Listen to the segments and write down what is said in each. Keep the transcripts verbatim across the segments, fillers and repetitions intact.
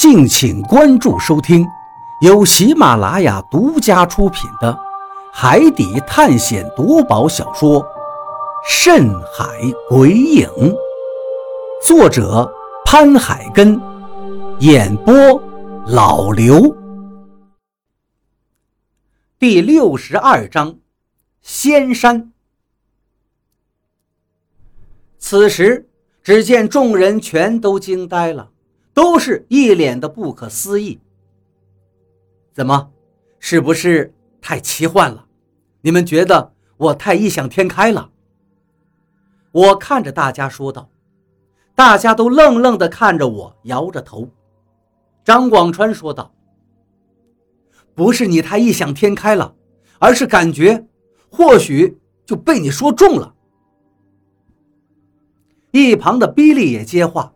敬请关注收听，由喜马拉雅独家出品的海底探险夺宝小说《深海鬼影》，作者潘海根，演播老刘。第六十二章，仙山。此时只见众人全都惊呆了，都是一脸的不可思议。怎么，是不是太奇幻了？你们觉得我太异想天开了？我看着大家说道。大家都愣愣地看着我，摇着头。张广川说道，不是你太异想天开了，而是感觉或许就被你说中了。一旁的比利也接话，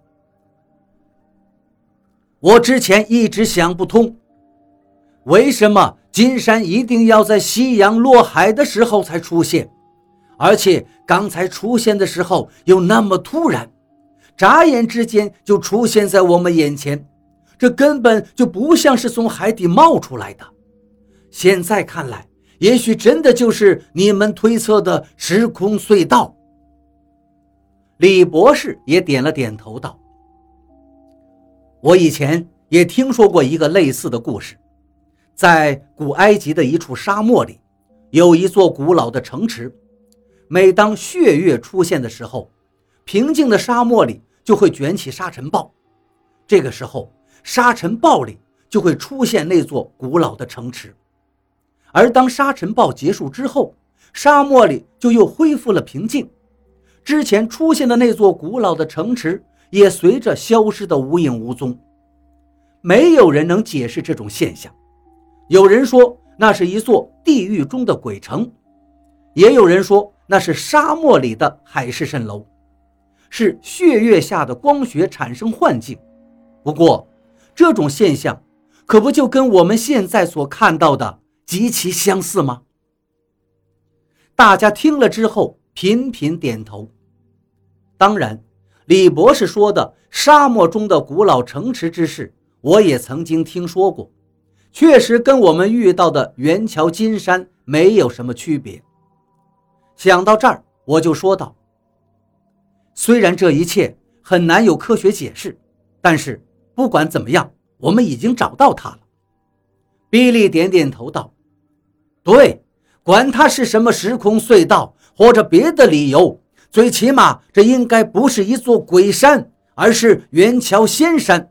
我之前一直想不通，为什么金山一定要在夕阳落海的时候才出现，而且刚才出现的时候又那么突然，眨眼之间就出现在我们眼前，这根本就不像是从海底冒出来的。现在看来，也许真的就是你们推测的时空隧道。李博士也点了点头道，我以前也听说过一个类似的故事，在古埃及的一处沙漠里，有一座古老的城池，每当血月出现的时候，平静的沙漠里就会卷起沙尘暴，这个时候沙尘暴里就会出现那座古老的城池，而当沙尘暴结束之后，沙漠里就又恢复了平静，之前出现的那座古老的城池也随着消失得无影无踪。没有人能解释这种现象，有人说那是一座地狱中的鬼城，也有人说那是沙漠里的海市蜃楼，是血月下的光学产生幻境。不过这种现象可不就跟我们现在所看到的极其相似吗？大家听了之后频频点头。当然，李博士说的沙漠中的古老城池之事，我也曾经听说过，确实跟我们遇到的元桥金山没有什么区别。想到这儿，我就说道，虽然这一切很难有科学解释，但是不管怎么样，我们已经找到它了。比利点点头道，对，管它是什么时空隧道或者别的理由，最起码这应该不是一座鬼山，而是元桥仙山。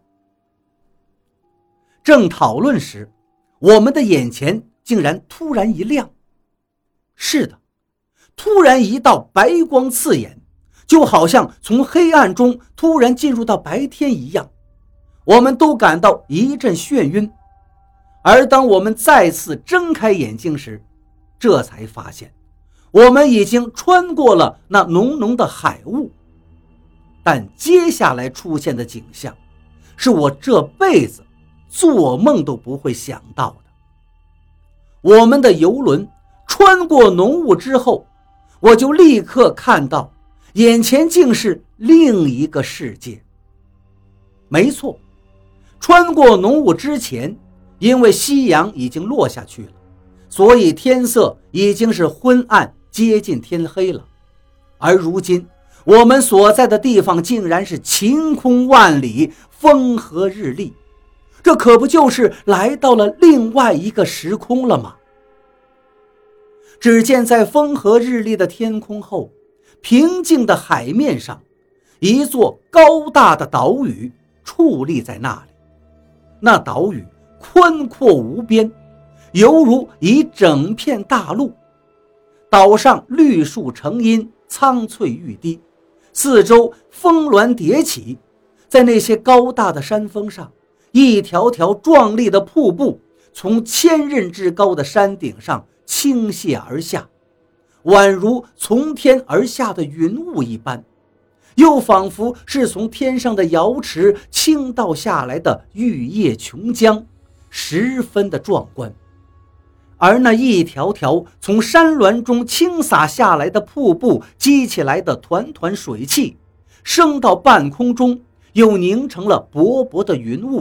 正讨论时，我们的眼前竟然突然一亮。是的，突然一道白光刺眼，就好像从黑暗中突然进入到白天一样，我们都感到一阵眩晕。而当我们再次睁开眼睛时，这才发现我们已经穿过了那浓浓的海雾。但接下来出现的景象，是我这辈子做梦都不会想到的。我们的游轮穿过浓雾之后，我就立刻看到眼前竟是另一个世界。没错，穿过浓雾之前，因为夕阳已经落下去了，所以天色已经是昏暗，接近天黑了。而如今我们所在的地方竟然是晴空万里，风和日丽，这可不就是来到了另外一个时空了吗？只见在风和日丽的天空后，平静的海面上，一座高大的岛屿矗立在那里。那岛屿宽阔无边，犹如一整片大陆。岛上绿树成荫，苍翠欲滴，四周峰峦叠起，在那些高大的山峰上，一条条壮丽的瀑布从千仞之高的山顶上倾泻而下，宛如从天而下的云雾一般，又仿佛是从天上的瑶池倾倒下来的玉液琼浆，十分的壮观。而那一条条从山峦中倾洒下来的瀑布激起来的团团水汽，升到半空中，又凝成了薄薄的云雾，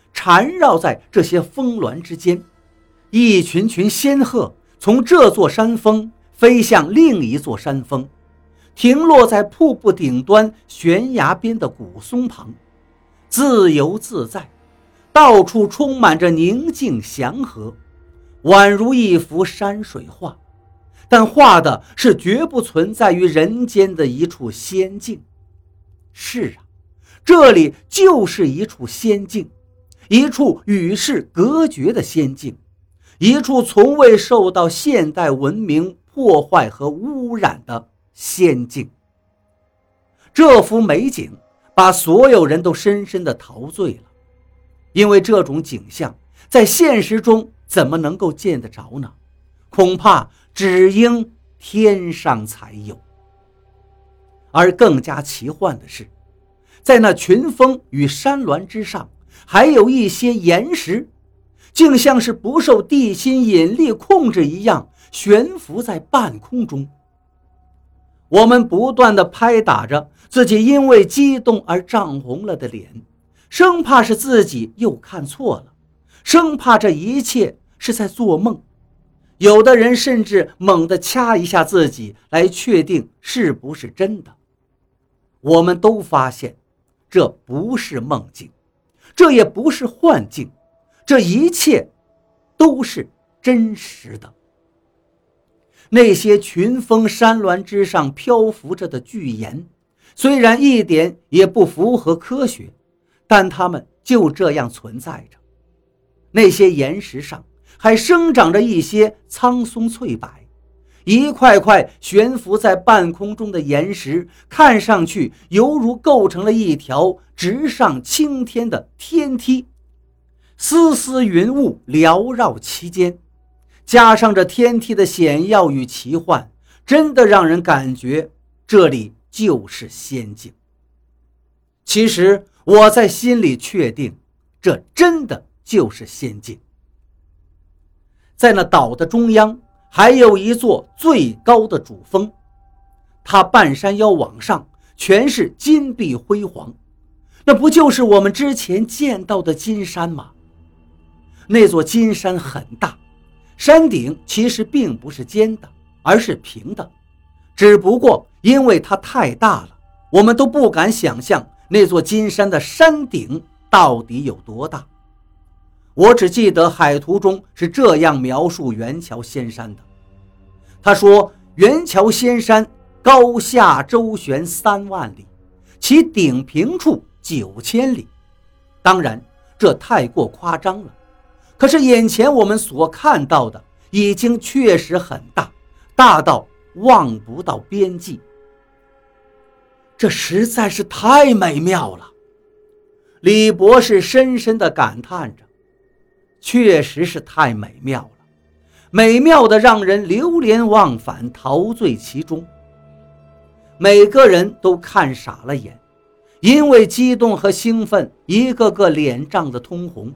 缠绕在这些峰峦之间，一群群仙鹤从这座山峰飞向另一座山峰，停落在瀑布顶端悬崖边的古松旁，自由自在，到处充满着宁静祥和，宛如一幅山水画，但画的是绝不存在于人间的一处仙境。是啊，这里就是一处仙境，一处与世隔绝的仙境，一处从未受到现代文明破坏和污染的仙境。这幅美景把所有人都深深地陶醉了，因为这种景象在现实中怎么能够见得着呢？恐怕只应天上才有。而更加奇幻的是，在那群峰与山峦之上，还有一些岩石，竟像是不受地心引力控制一样悬浮在半空中。我们不断地拍打着自己因为激动而涨红了的脸，生怕是自己又看错了，生怕这一切是在做梦。有的人甚至猛地掐一下自己，来确定是不是真的。我们都发现，这不是梦境，这也不是幻境，这一切都是真实的。那些群峰山峦之上漂浮着的巨岩，虽然一点也不符合科学，但它们就这样存在着。那些岩石上还生长着一些苍松翠柏，一块块悬浮在半空中的岩石，看上去犹如构成了一条直上青天的天梯，丝丝云雾缭绕其间，加上这天梯的险要与奇幻，真的让人感觉这里就是仙境。其实我在心里确定，这真的就是仙境。在那岛的中央还有一座最高的主峰，它半山腰往上全是金碧辉煌，那不就是我们之前见到的金山吗？那座金山很大，山顶其实并不是尖的，而是平的，只不过因为它太大了，我们都不敢想象那座金山的山顶到底有多大。我只记得海图中是这样描述元桥仙山的，他说元桥仙山高下周旋三万里，其顶平处九千里。当然这太过夸张了，可是眼前我们所看到的已经确实很大，大到望不到边际。这实在是太美妙了，李博士深深地感叹着，确实是太美妙了，美妙的让人流连忘返，陶醉其中。每个人都看傻了眼，因为激动和兴奋，一个个脸涨得通红。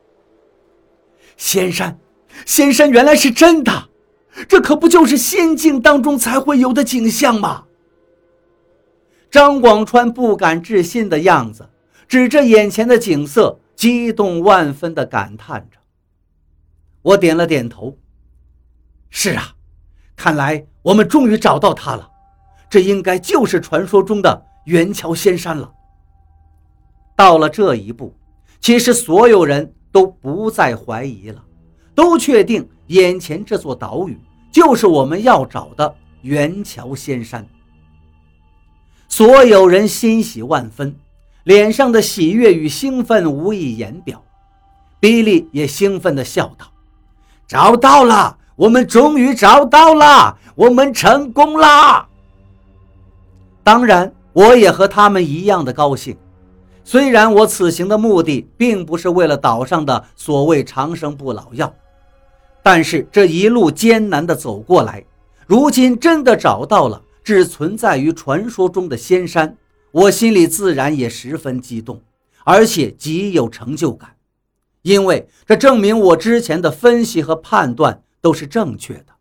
仙山，仙山原来是真的，这可不就是仙境当中才会有的景象吗？张广川不敢置信的样子，指着眼前的景色，激动万分地感叹着。我点了点头，是啊，看来我们终于找到它了，这应该就是传说中的元桥仙山了。到了这一步，其实所有人都不再怀疑了，都确定眼前这座岛屿就是我们要找的元桥仙山。所有人欣喜万分，脸上的喜悦与兴奋无以言表。比利也兴奋地笑道，找到了，我们终于找到了，我们成功了。当然我也和他们一样的高兴，虽然我此行的目的并不是为了岛上的所谓长生不老药，但是这一路艰难地走过来，如今真的找到了只存在于传说中的仙山，我心里自然也十分激动，而且极有成就感，因为这证明我之前的分析和判断都是正确的。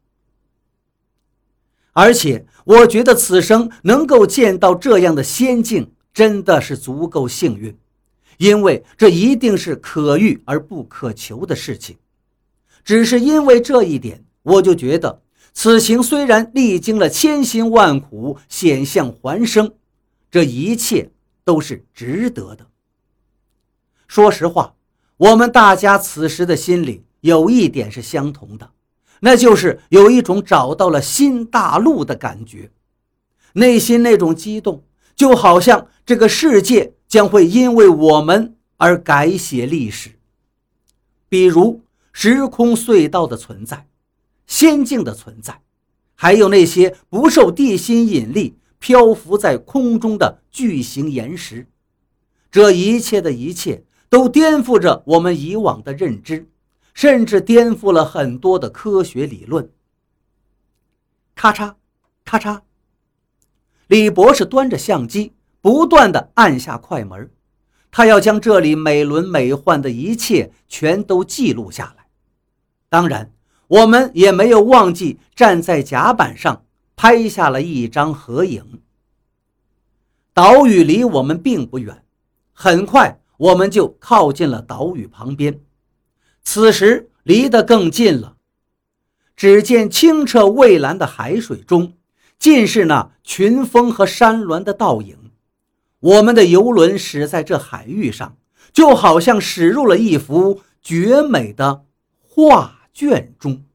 而且我觉得此生能够见到这样的仙境真的是足够幸运， 因为这一定是可遇而不可求的事情。只是因为这一点，我就觉得此行虽然历经了千辛万苦，险象环生，这一切都是值得的。说实话，我们大家此时的心里有一点是相同的，那就是有一种找到了新大陆的感觉。内心那种激动，就好像这个世界将会因为我们而改写历史。比如时空隧道的存在，仙境的存在，还有那些不受地心引力漂浮在空中的巨型岩石，这一切的一切都颠覆着我们以往的认知，甚至颠覆了很多的科学理论。咔嚓咔嚓，李博士端着相机不断地按下快门，他要将这里美轮美奂的一切全都记录下来。当然，我们也没有忘记站在甲板上拍下了一张合影。岛屿离我们并不远，很快我们就靠近了岛屿旁边。此时离得更近了，只见清澈蔚蓝的海水中尽是那群峰和山峦的倒影。我们的游轮驶在这海域上，就好像驶入了一幅绝美的画卷中。